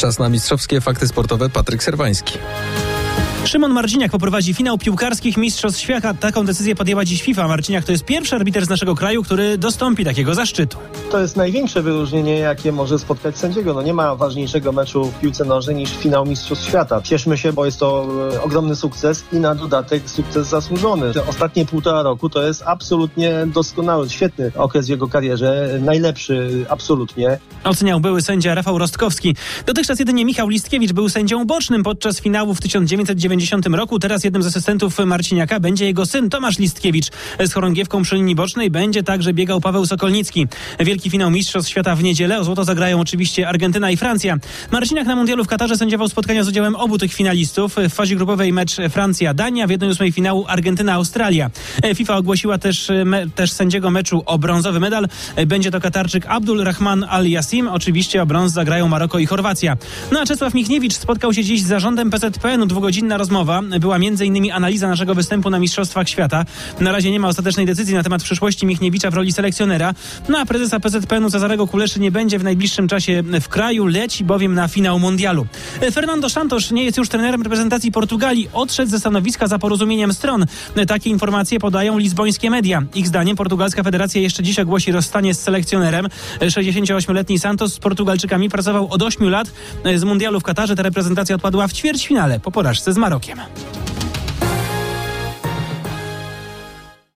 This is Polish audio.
Czas na mistrzowskie fakty sportowe. Patryk Serwański. Szymon Marciniak poprowadzi finał piłkarskich Mistrzostw Świata. Taką decyzję podjęła dziś FIFA. Marciniak to jest pierwszy arbiter z naszego kraju, który dostąpi takiego zaszczytu. To jest największe wyróżnienie, jakie może spotkać sędziego. Nie ma ważniejszego meczu w piłce nożnej niż finał Mistrzostw Świata. Cieszmy się, bo jest to ogromny sukces i na dodatek sukces zasłużony. Te ostatnie 1,5 roku to jest absolutnie doskonały, świetny okres w jego karierze. Najlepszy absolutnie. Oceniał były sędzia Rafał Rostkowski. Dotychczas jedynie Michał Listkiewicz był sędzią bocznym podczas finału w 1990 roku. Teraz jednym z asystentów Marciniaka będzie jego syn Tomasz Listkiewicz. Z chorągiewką przy linii bocznej będzie także biegał Paweł Sokolnicki. Wielki finał Mistrzostw Świata w niedzielę. O złoto zagrają oczywiście Argentyna i Francja. Marciniak na mundialu w Katarze sędziował spotkania z udziałem obu tych finalistów. W fazie grupowej mecz Francja-Dania, w 1/8 finału Argentyna-Australia. FIFA ogłosiła też sędziego meczu o brązowy medal. Będzie to Katarczyk Abdul Rahman Al-Yassim. Oczywiście o brąz zagrają Maroko i Chorwacja. No a Czesław Michniewicz spotkał się dziś z zarządem PZPN-u. Dwugodzinna rozmowa. Była m.in. analiza naszego występu na Mistrzostwach Świata. Na razie nie ma ostatecznej decyzji na temat przyszłości Michniewicza w roli selekcjonera. No a prezesa PZPN-u Cezarego Kuleszy nie będzie w najbliższym czasie w kraju, leci bowiem na finał mundialu. Fernando Santos nie jest już trenerem reprezentacji Portugalii. Odszedł ze stanowiska za porozumieniem stron. Takie informacje podają lizbońskie media. Ich zdaniem portugalska federacja jeszcze dziś ogłosi rozstanie z selekcjonerem. 68-letni Santos z Portugalczykami pracował od 8 lat. Z mundialu w Katarze ta reprezentacja odpadła w ćwierćfinale po porażce z Marokiem.